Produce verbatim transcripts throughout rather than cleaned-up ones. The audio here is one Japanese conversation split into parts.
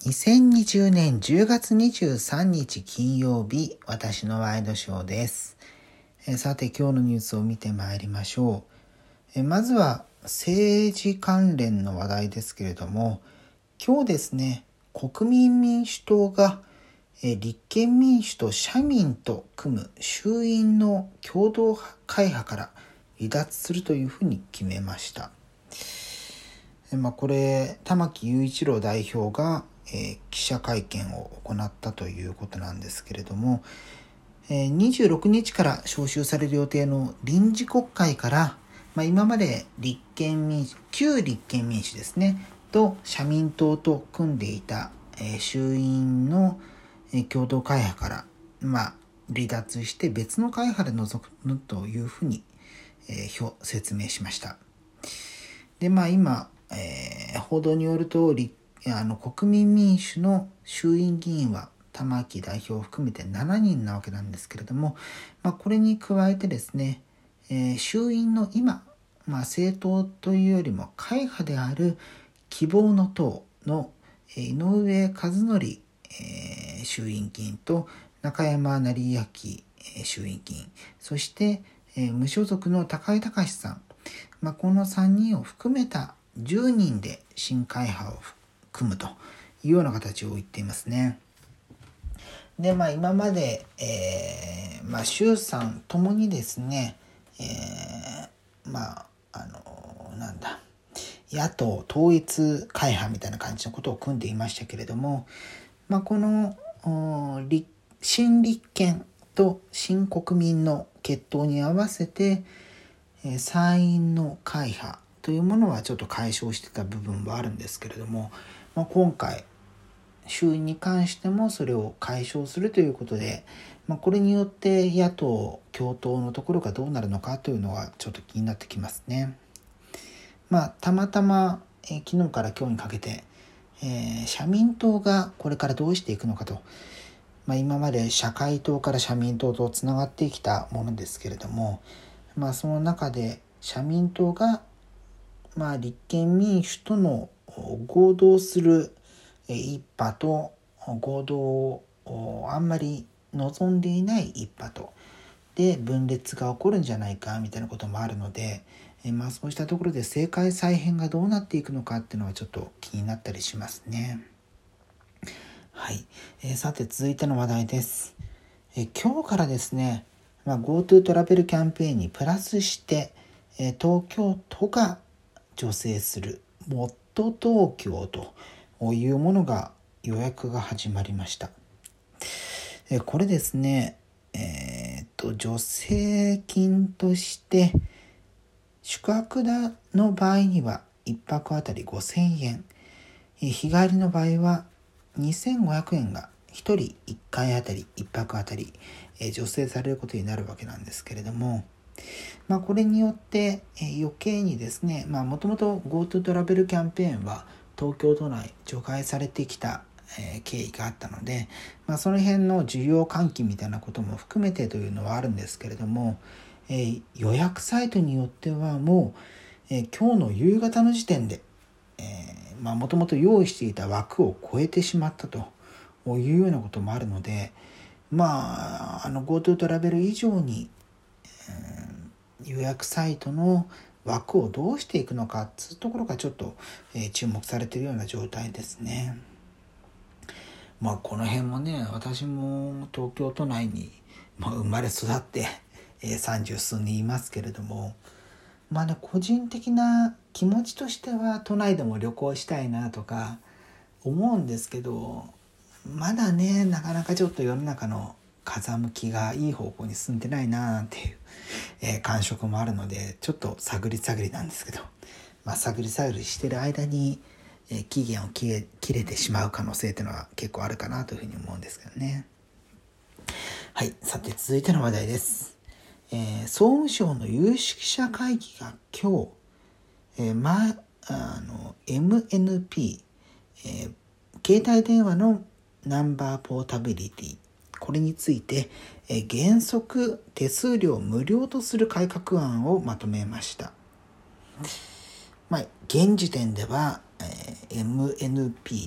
にせんにじゅうねんじゅうがつにじゅうさんにち金曜日、私のワイドショーです。えさて今日のニュースを見てまいりましょう。えまずは政治関連の話題ですけれども、今日ですね、国民民主党がえ立憲民主と社民と組む衆院の共同会派から離脱するというふうに決めました。まあ、これ玉木雄一郎代表が、えー、記者会見を行ったということなんですけれども、えー、にじゅうろくにちから召集される予定の臨時国会から、まあ、今まで立憲民主旧立憲民主ですねと社民党と組んでいた、えー、衆院の、えー、共同会派から、まあ、離脱して別の会派で除くというふうに、えー、説明しました。でまあ今えー、報道によるとあの国民民主の衆院議員は玉木代表を含めてしちにんなわけなんですけれども、まあ、これに加えてですね、えー、衆院の今、まあ、政党というよりも会派である希望の党の井上和則、えー、衆院議員と中山成明、えー、衆院議員、そして、えー、無所属の高井隆さん、まあ、このさんにんを含めたじゅうにんで新会派を組むというような形を言っていますね。でまあ今まで、えー、まあ衆参ともにですね、えー、まああのなんだ野党統一会派みたいな感じのことを組んでいましたけれども、まあ、この新立憲と新国民の結党に合わせて、えー、参院の会派というものはちょっと解消してた部分はあるんですけれども、まあ、今回衆院に関してもそれを解消するということで、まあ、これによって野党共闘のところがどうなるのかというのはちょっと気になってきますね。まあたまたま、えー、昨日から今日にかけて、えー、社民党がこれからどうしていくのかと、まあ、今まで社会党から社民党とつながってきたものですけれども、まあその中で社民党がまあ、立憲民主との合同する一派と合同をあんまり望んでいない一派とで分裂が起こるんじゃないかみたいなこともあるので、まあ、そうしたところで政界再編がどうなっていくのかっていうのはちょっと気になったりしますね。はい、えー、さて続いての話題です。えー、今日からですね、まあ、GoTo トラベルキャンペーンにプラスして、えー、東京都が助成するもっと東京というものが予約が始まりました。これですね、えー、と助成金として宿泊の場合にはいっぱくあたりごせんえん、日帰りの場合はにせんごひゃくえんがひとりいっかいあたりいっぱくあたり助成されることになるわけなんですけれども、まあ、これによって、えー、余計にですね、まあもともと GoTo トラベルキャンペーンは東京都内除外されてきた、えー、経緯があったので、まあ、その辺の需要喚起みたいなことも含めてというのはあるんですけれども、えー、予約サイトによってはもう、えー、今日の夕方の時点でもともと用意していた枠を超えてしまったというようなこともあるので、まああの GoTo トラベル以上に、えー、予約サイトの枠をどうしていくのかっていうところがちょっと、えー、注目されているような状態ですね。まあこの辺もね、私も東京都内に、まあ、生まれ育って三十数人いますけれども、まあね、個人的な気持ちとしては都内でも旅行したいなとか思うんですけど、まだねなかなかちょっと世の中の風向きがいい方向に進んでないなっていう、えー、感触もあるのでちょっと探り探りなんですけど、まあ、探り探りしてる間に、えー、期限を切れ、切れてしまう可能性っていうのは結構あるかなというふうに思うんですけどね。はい、さて続いての話題です。えー、総務省の有識者会議が今日、えーま、あの エムエヌピー、えー、携帯電話のナンバーポータビリティ、これについて、えー、原則手数料無料とする改革案をまとめました。まあ、現時点では、えー、エムエヌピ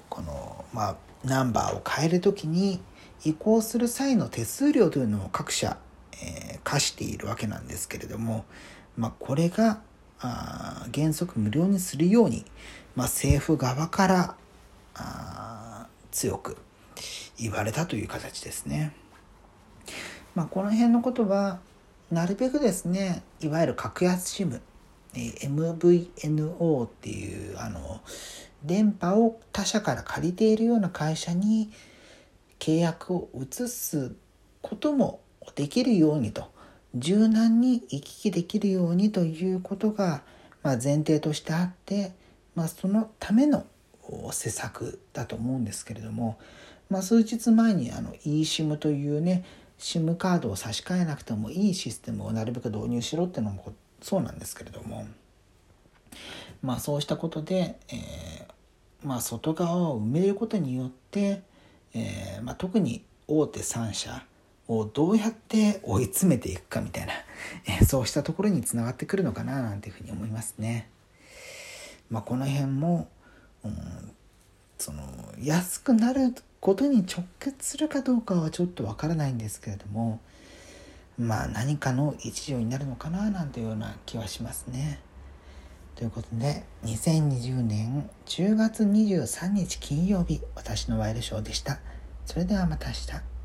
この、まあ、ナンバーを変えるときに移行する際の手数料というのを各社、えー、課しているわけなんですけれども、まあ、これがあ原則無料にするように、まあ、政府側からあ強く言われたという形ですね。まあ、この辺のことはなるべくですね、いわゆる格安 SIM、エムブイエヌオー っていうあの電波を他社から借りているような会社に契約を移すこともできるようにと、柔軟に行き来できるようにということが、まあ、前提としてあって、まあ、そのための施策だと思うんですけれども、まあ、数日前にあの eSIM というね SIM カードを差し替えなくてもいいシステムをなるべく導入しろっていうのもそうなんですけれども、まあそうしたことで、えーまあ、外側を埋めることによって、えーまあ、特に大手さん社をどうやって追い詰めていくかみたいな、えー、そうしたところにつながってくるのかななんていうふうに思いますね。まあ、この辺も、うん、その安くなることに直結するかどうかはちょっとわからないんですけれども、まあ何かの一助になるのかななんていうような気はしますね。ということで、にせんにじゅうねんじゅうがつにじゅうさんにち金曜日、私のワイドショーでした。それではまた明日。